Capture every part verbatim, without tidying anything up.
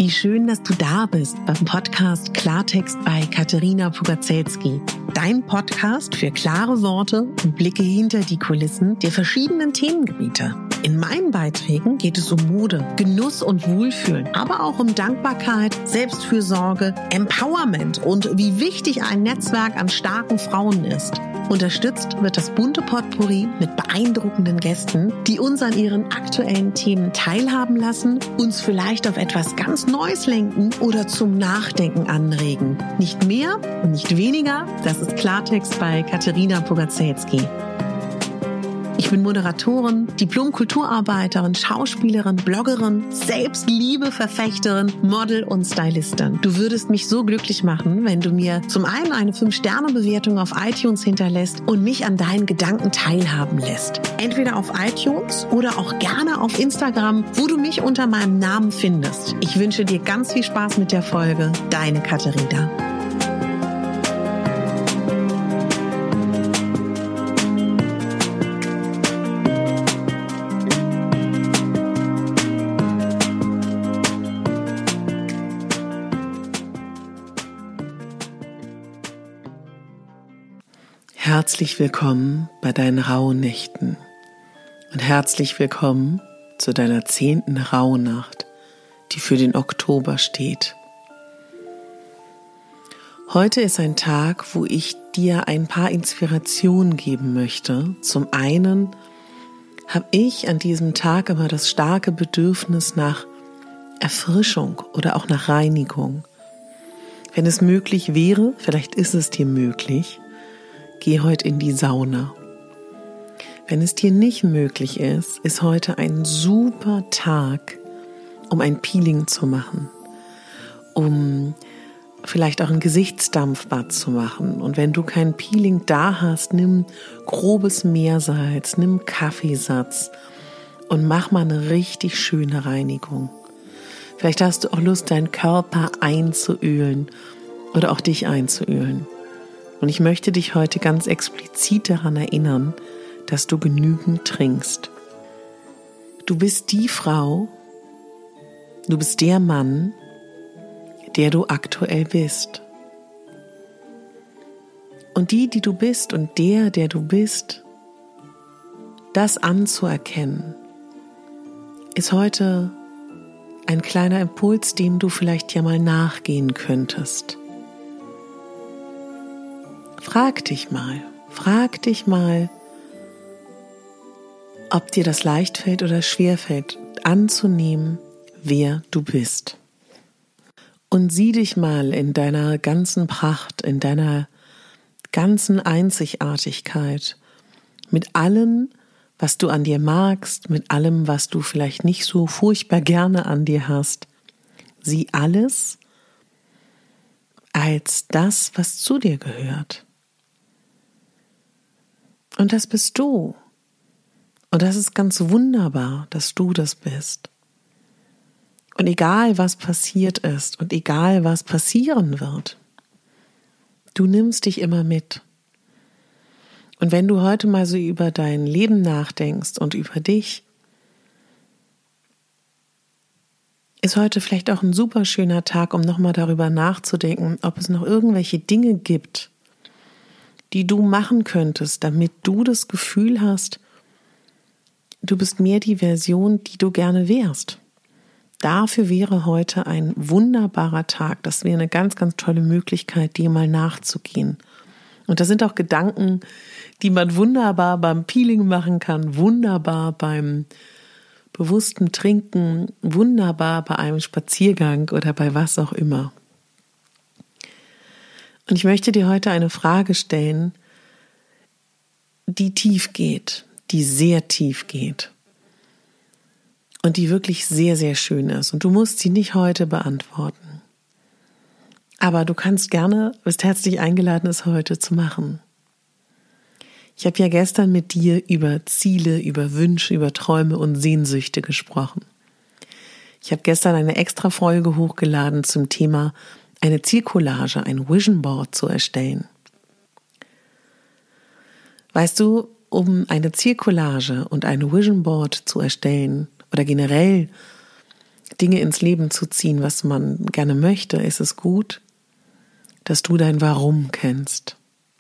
Wie schön, dass du da bist beim Podcast Klartext bei Katerina Pugacelski. Dein Podcast für klare Worte und Blicke hinter die Kulissen der verschiedenen Themengebiete. In meinen Beiträgen geht es um Mode, Genuss und Wohlfühlen, aber auch um Dankbarkeit, Selbstfürsorge, Empowerment und wie wichtig ein Netzwerk an starken Frauen ist. Unterstützt wird das bunte Potpourri mit beeindruckenden Gästen, die uns an ihren aktuellen Themen teilhaben lassen, uns vielleicht auf etwas ganz Neues lenken oder zum Nachdenken anregen. Nicht mehr und nicht weniger, das ist Klartext bei Katerina Pugacelski. Ich bin Moderatorin, Diplom-Kulturarbeiterin, Schauspielerin, Bloggerin, Selbstliebe-Verfechterin, Model und Stylistin. Du würdest mich so glücklich machen, wenn du mir zum einen eine fünf Sterne Bewertung auf iTunes hinterlässt und mich an deinen Gedanken teilhaben lässt. Entweder auf iTunes oder auch gerne auf Instagram, wo du mich unter meinem Namen findest. Ich wünsche dir ganz viel Spaß mit der Folge. Deine Katerina. Herzlich willkommen bei deinen Rauhnächten und herzlich willkommen zu deiner zehnten Rauhnacht, die für den Oktober steht. Heute ist ein Tag, wo ich dir ein paar Inspirationen geben möchte. Zum einen habe ich an diesem Tag immer das starke Bedürfnis nach Erfrischung oder auch nach Reinigung. Wenn es möglich wäre, vielleicht ist es dir möglich, geh heute in die Sauna. Wenn es dir nicht möglich ist, ist heute ein super Tag, um ein Peeling zu machen, um vielleicht auch ein Gesichtsdampfbad zu machen. Und wenn du kein Peeling da hast, nimm grobes Meersalz, nimm Kaffeesatz und mach mal eine richtig schöne Reinigung. Vielleicht hast du auch Lust, deinen Körper einzuölen oder auch dich einzuölen. Und ich möchte dich heute ganz explizit daran erinnern, dass du genügend trinkst. Du bist die Frau, du bist der Mann, der du aktuell bist. Und die, die du bist und der, der du bist, das anzuerkennen, ist heute ein kleiner Impuls, dem du vielleicht ja mal nachgehen könntest. Frag dich mal, frag dich mal, ob dir das leicht fällt oder schwer fällt, anzunehmen, wer du bist. Und sieh dich mal in deiner ganzen Pracht, in deiner ganzen Einzigartigkeit, mit allem, was du an dir magst, mit allem, was du vielleicht nicht so furchtbar gerne an dir hast. Sieh alles als das, was zu dir gehört. Und das bist du. Und das ist ganz wunderbar, dass du das bist. Und egal, was passiert ist und egal, was passieren wird, du nimmst dich immer mit. Und wenn du heute mal so über dein Leben nachdenkst und über dich, ist heute vielleicht auch ein super schöner Tag, um nochmal darüber nachzudenken, ob es noch irgendwelche Dinge gibt, die du machen könntest, damit du das Gefühl hast, du bist mehr die Version, die du gerne wärst. Dafür wäre heute ein wunderbarer Tag. Das wäre eine ganz, ganz tolle Möglichkeit, dir mal nachzugehen. Und das sind auch Gedanken, die man wunderbar beim Peeling machen kann, wunderbar beim bewussten Trinken, wunderbar bei einem Spaziergang oder bei was auch immer. Und ich möchte dir heute eine Frage stellen, die tief geht, die sehr tief geht und die wirklich sehr, sehr schön ist. Und du musst sie nicht heute beantworten. Aber du kannst gerne, bist herzlich eingeladen, es heute zu machen. Ich habe ja gestern mit dir über Ziele, über Wünsche, über Träume und Sehnsüchte gesprochen. Ich habe gestern eine extra Folge hochgeladen zum Thema eine Zielcollage, ein Vision Board zu erstellen. Weißt du, um eine Zielcollage und ein Vision Board zu erstellen oder generell Dinge ins Leben zu ziehen, was man gerne möchte, ist es gut, dass du dein Warum kennst.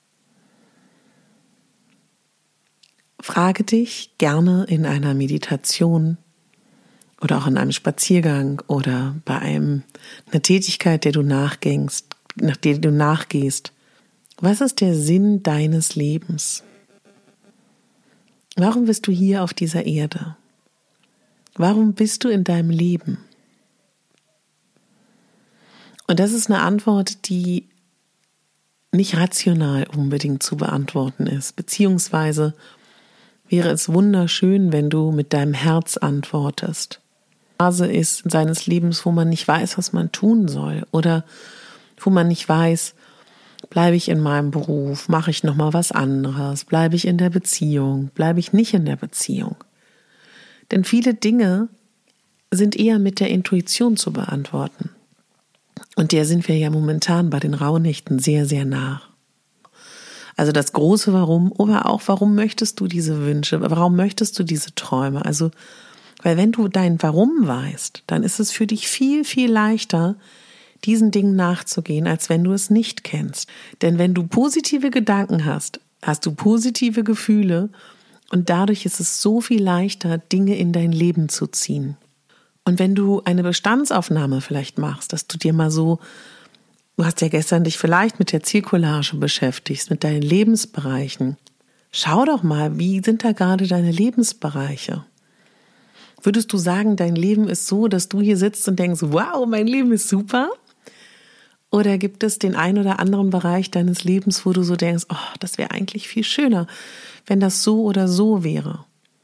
Frage dich gerne in einer Meditation oder auch in einem Spaziergang oder bei einem, einer Tätigkeit, der du nachgehst, nach der du nachgehst. Was ist der Sinn deines Lebens? Warum bist du hier auf dieser Erde? Warum bist du in deinem Leben? Und das ist eine Antwort, die nicht rational unbedingt zu beantworten ist, beziehungsweise wäre es wunderschön, wenn du mit deinem Herz antwortest. Phase ist seines Lebens, wo man nicht weiß, was man tun soll oder wo man nicht weiß, bleibe ich in meinem Beruf, mache ich nochmal was anderes, bleibe ich in der Beziehung, bleibe ich nicht in der Beziehung. Denn viele Dinge sind eher mit der Intuition zu beantworten. Und der sind wir ja momentan bei den Rauhnächten sehr, sehr nah. Also das große Warum, aber auch warum möchtest du diese Wünsche, warum möchtest du diese Träume? Also, weil wenn du dein Warum weißt, dann ist es für dich viel, viel leichter, diesen Dingen nachzugehen, als wenn du es nicht kennst. Denn wenn du positive Gedanken hast, hast du positive Gefühle und dadurch ist es so viel leichter, Dinge in dein Leben zu ziehen. Und wenn du eine Bestandsaufnahme vielleicht machst, dass du dir mal so, du hast ja gestern dich vielleicht mit der Zielcollage beschäftigt, mit deinen Lebensbereichen. Schau doch mal, wie sind da gerade deine Lebensbereiche? Würdest du sagen, dein Leben ist so, dass du hier sitzt und denkst, wow, mein Leben ist super? Oder gibt es den einen oder anderen Bereich deines Lebens, wo du so denkst, oh, das wäre eigentlich viel schöner, wenn das so oder so wäre?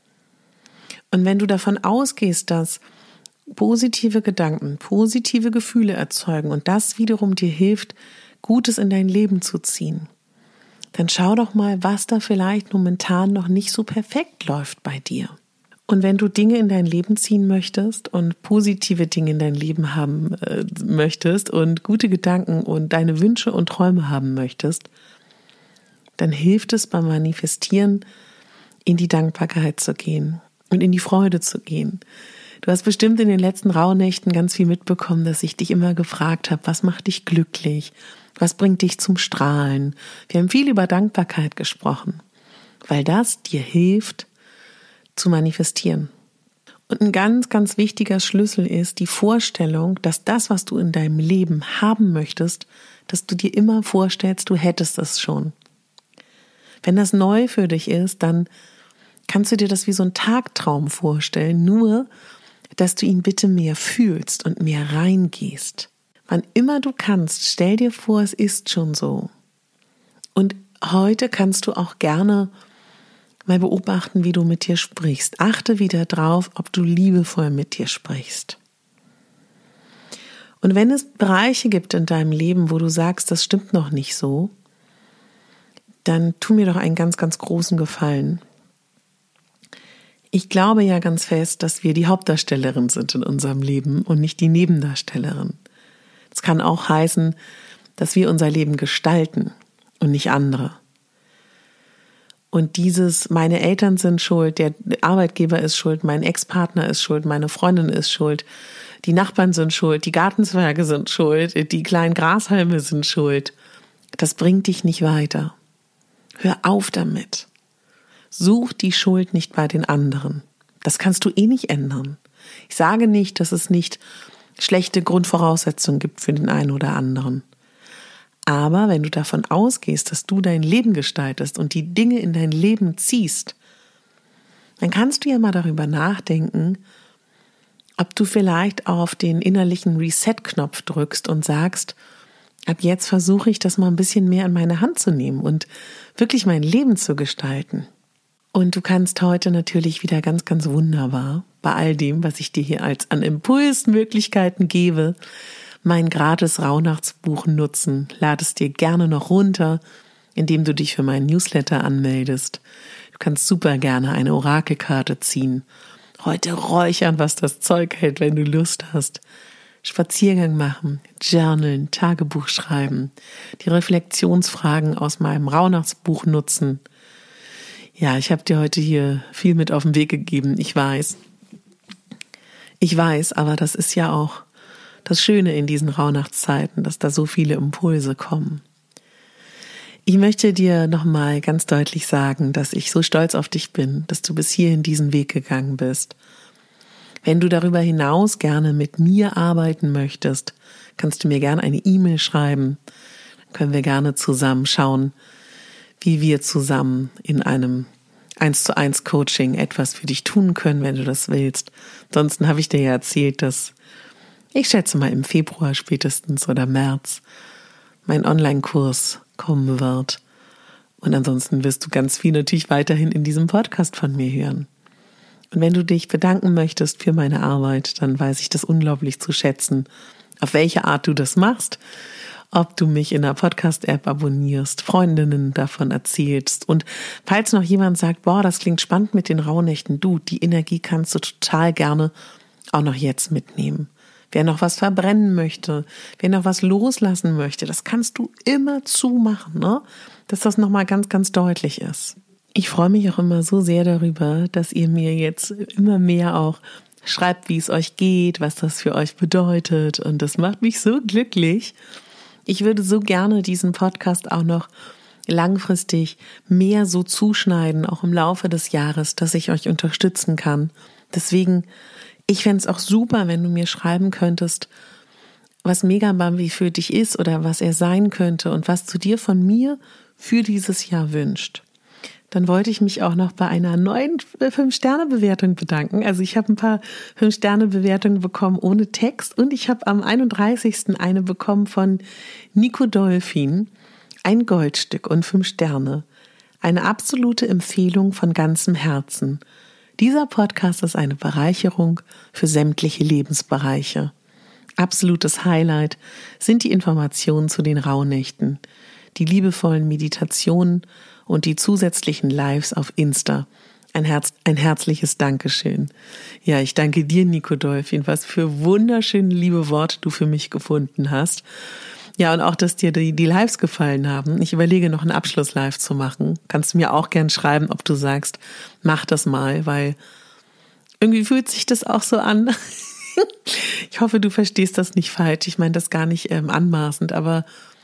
Und wenn du davon ausgehst, dass positive Gedanken, positive Gefühle erzeugen und das wiederum dir hilft, Gutes in dein Leben zu ziehen, dann schau doch mal, was da vielleicht momentan noch nicht so perfekt läuft bei dir. Und wenn du Dinge in dein Leben ziehen möchtest und positive Dinge in dein Leben haben äh, möchtest und gute Gedanken und deine Wünsche und Träume haben möchtest, dann hilft es beim Manifestieren, in die Dankbarkeit zu gehen und in die Freude zu gehen. Du hast bestimmt in den letzten Rauhnächten ganz viel mitbekommen, dass ich dich immer gefragt habe, was macht dich glücklich? Was bringt dich zum Strahlen? Wir haben viel über Dankbarkeit gesprochen, weil das dir hilft, zu manifestieren. Und ein ganz, ganz wichtiger Schlüssel ist die Vorstellung, dass das, was du in deinem Leben haben möchtest, dass du dir immer vorstellst, du hättest es schon. Wenn das neu für dich ist, dann kannst du dir das wie so ein Tagtraum vorstellen, nur dass du ihn bitte mehr fühlst und mehr reingehst. Wann immer du kannst, stell dir vor, es ist schon so. Und heute kannst du auch gerne mal beobachten, wie du mit dir sprichst. Achte wieder drauf, ob du liebevoll mit dir sprichst. Und wenn es Bereiche gibt in deinem Leben, wo du sagst, das stimmt noch nicht so, dann tu mir doch einen ganz, ganz großen Gefallen. Ich glaube ja ganz fest, dass wir die Hauptdarstellerin sind in unserem Leben und nicht die Nebendarstellerin. Das kann auch heißen, dass wir unser Leben gestalten und nicht andere. Und dieses, meine Eltern sind schuld, der Arbeitgeber ist schuld, mein Ex-Partner ist schuld, meine Freundin ist schuld, die Nachbarn sind schuld, die Gartenzwerge sind schuld, die kleinen Grashalme sind schuld. Das bringt dich nicht weiter. Hör auf damit. Such die Schuld nicht bei den anderen. Das kannst du eh nicht ändern. Ich sage nicht, dass es nicht schlechte Grundvoraussetzungen gibt für den einen oder anderen. Aber wenn du davon ausgehst, dass du dein Leben gestaltest und die Dinge in dein Leben ziehst, dann kannst du ja mal darüber nachdenken, ob du vielleicht auf den innerlichen Reset-Knopf drückst und sagst, ab jetzt versuche ich das mal ein bisschen mehr in meine Hand zu nehmen und wirklich mein Leben zu gestalten. Und du kannst heute natürlich wieder ganz, ganz wunderbar bei all dem, was ich dir hier als an Impulsmöglichkeiten gebe, mein gratis Rauhnachtsbuch nutzen. Lade es dir gerne noch runter, indem du dich für meinen Newsletter anmeldest. Du kannst super gerne eine Orakelkarte ziehen. Heute räuchern, was das Zeug hält, wenn du Lust hast. Spaziergang machen, journalen, Tagebuch schreiben, die Reflexionsfragen aus meinem Rauhnachtsbuch nutzen. Ja, ich habe dir heute hier viel mit auf den Weg gegeben, ich weiß. Ich weiß, aber das ist ja auch das Schöne in diesen Rauhnachtszeiten, dass da so viele Impulse kommen. Ich möchte dir nochmal ganz deutlich sagen, dass ich so stolz auf dich bin, dass du bis hierhin diesen Weg gegangen bist. Wenn du darüber hinaus gerne mit mir arbeiten möchtest, kannst du mir gerne eine E-Mail schreiben. Dann können wir gerne zusammen schauen, wie wir zusammen in einem eins zu eins Coaching etwas für dich tun können, wenn du das willst. Ansonsten habe ich dir ja erzählt, dass ich schätze mal im Februar spätestens oder März mein Online-Kurs kommen wird. Und ansonsten wirst du ganz viel natürlich weiterhin in diesem Podcast von mir hören. Und wenn du dich bedanken möchtest für meine Arbeit, dann weiß ich das unglaublich zu schätzen, auf welche Art du das machst, ob du mich in einer Podcast-App abonnierst, Freundinnen davon erzählst. Und falls noch jemand sagt, boah, das klingt spannend mit den Rauhnächten, du, die Energie kannst du total gerne auch noch jetzt mitnehmen. Wer noch was verbrennen möchte, wer noch was loslassen möchte, das kannst du immer zumachen, ne? Dass das nochmal ganz, ganz deutlich ist. Ich freue mich auch immer so sehr darüber, dass ihr mir jetzt immer mehr auch schreibt, wie es euch geht, was das für euch bedeutet. Und das macht mich so glücklich. Ich würde so gerne diesen Podcast auch noch langfristig mehr so zuschneiden, auch im Laufe des Jahres, dass ich euch unterstützen kann. Deswegen, ich fände es auch super, wenn du mir schreiben könntest, was Megabambi für dich ist oder was er sein könnte und was du dir von mir für dieses Jahr wünscht. Dann wollte ich mich auch noch bei einer neuen fünf Sterne Bewertung bedanken. Also ich habe ein paar fünf Sterne Bewertungen bekommen ohne Text und ich habe am einunddreißigsten eine bekommen von Nico Dolphin. Ein Goldstück und fünf Sterne. Eine absolute Empfehlung von ganzem Herzen. Dieser Podcast ist eine Bereicherung für sämtliche Lebensbereiche. Absolutes Highlight sind die Informationen zu den Rauhnächten, die liebevollen Meditationen und die zusätzlichen Lives auf Insta. Ein Herz, ein herzliches Dankeschön. Ja, ich danke dir, Nico Dolphin, was für wunderschöne, liebe Worte du für mich gefunden hast. Ja, und auch, dass dir die, die Lives gefallen haben. Ich überlege, noch einen Abschluss-Live zu machen. Kannst du mir auch gern schreiben, ob du sagst, mach das mal, weil irgendwie fühlt sich das auch so an. Ich hoffe, du verstehst das nicht falsch. Ich meine das gar nicht ähm, anmaßend, aber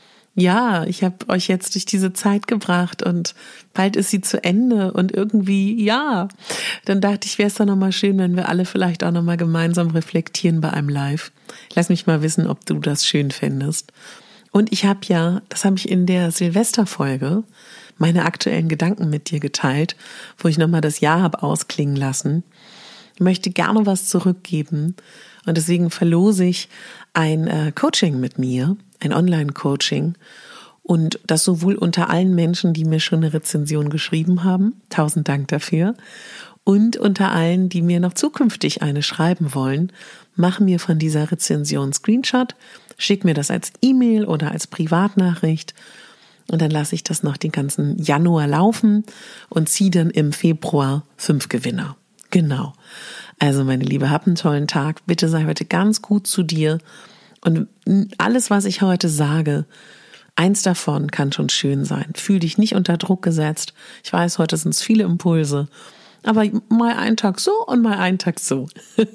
ja, ich habe euch jetzt durch diese Zeit gebracht und bald ist sie zu Ende und irgendwie, ja, dann dachte ich, wäre es doch nochmal schön, wenn wir alle vielleicht auch nochmal gemeinsam reflektieren bei einem Live. Lass mich mal wissen, ob du das schön fändest. Und ich habe ja, das habe ich in der Silvesterfolge, meine aktuellen Gedanken mit dir geteilt, wo ich nochmal das Jahr habe ausklingen lassen. Ich möchte gerne was zurückgeben und deswegen verlose ich ein äh, Coaching mit mir, ein Online-Coaching und das sowohl unter allen Menschen, die mir schon eine Rezension geschrieben haben, tausend Dank dafür, und unter allen, die mir noch zukünftig eine schreiben wollen, mach mir von dieser Rezension einen Screenshot, schick mir das als E-Mail oder als Privatnachricht und dann lasse ich das noch den ganzen Januar laufen und ziehe dann im Februar fünf Gewinner. Genau. Also meine Liebe, hab einen tollen Tag. Bitte sei heute ganz gut zu dir. Und alles, was ich heute sage, eins davon kann schon schön sein. Fühl dich nicht unter Druck gesetzt. Ich weiß, heute sind es viele Impulse. Aber mal einen Tag so und mal einen Tag so.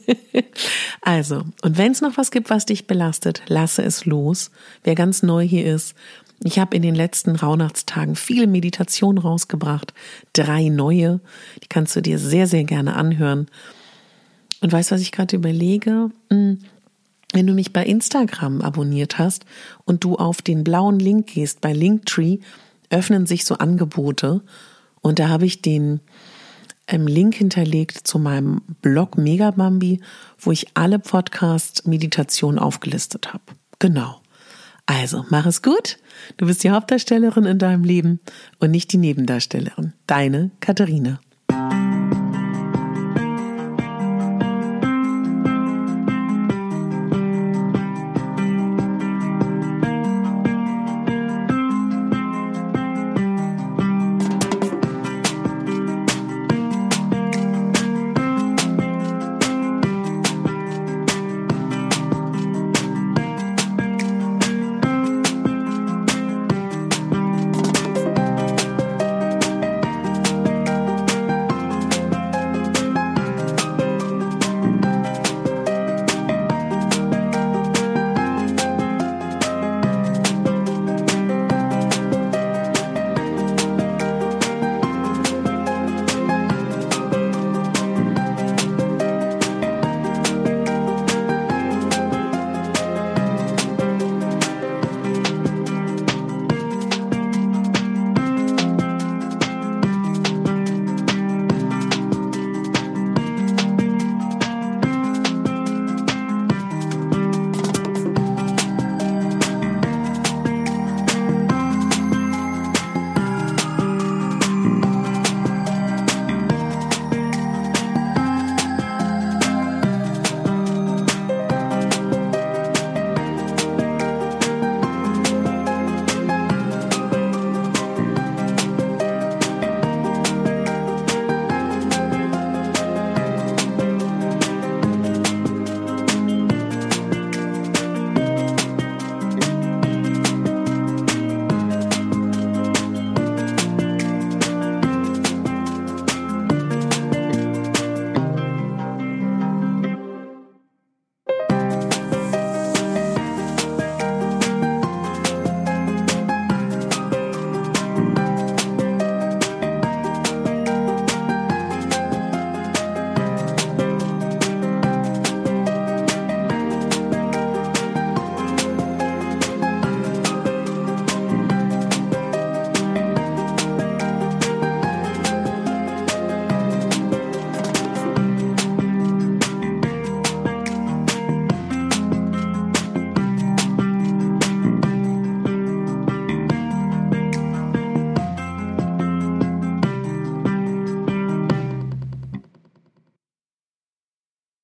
Also, und wenn es noch was gibt, was dich belastet, lasse es los. Wer ganz neu hier ist, ich habe in den letzten Rauhnachtstagen viele Meditationen rausgebracht. Drei neue. Die kannst du dir sehr, sehr gerne anhören. Und weißt du, was ich gerade überlege? Wenn du mich bei Instagram abonniert hast und du auf den blauen Link gehst, bei Linktree, öffnen sich so Angebote. Und da habe ich den ähm, Link hinterlegt zu meinem Blog Megabambi, wo ich alle Podcast-Meditationen aufgelistet habe. Genau. Also, mach es gut. Du bist die Hauptdarstellerin in deinem Leben und nicht die Nebendarstellerin. Deine Katharina.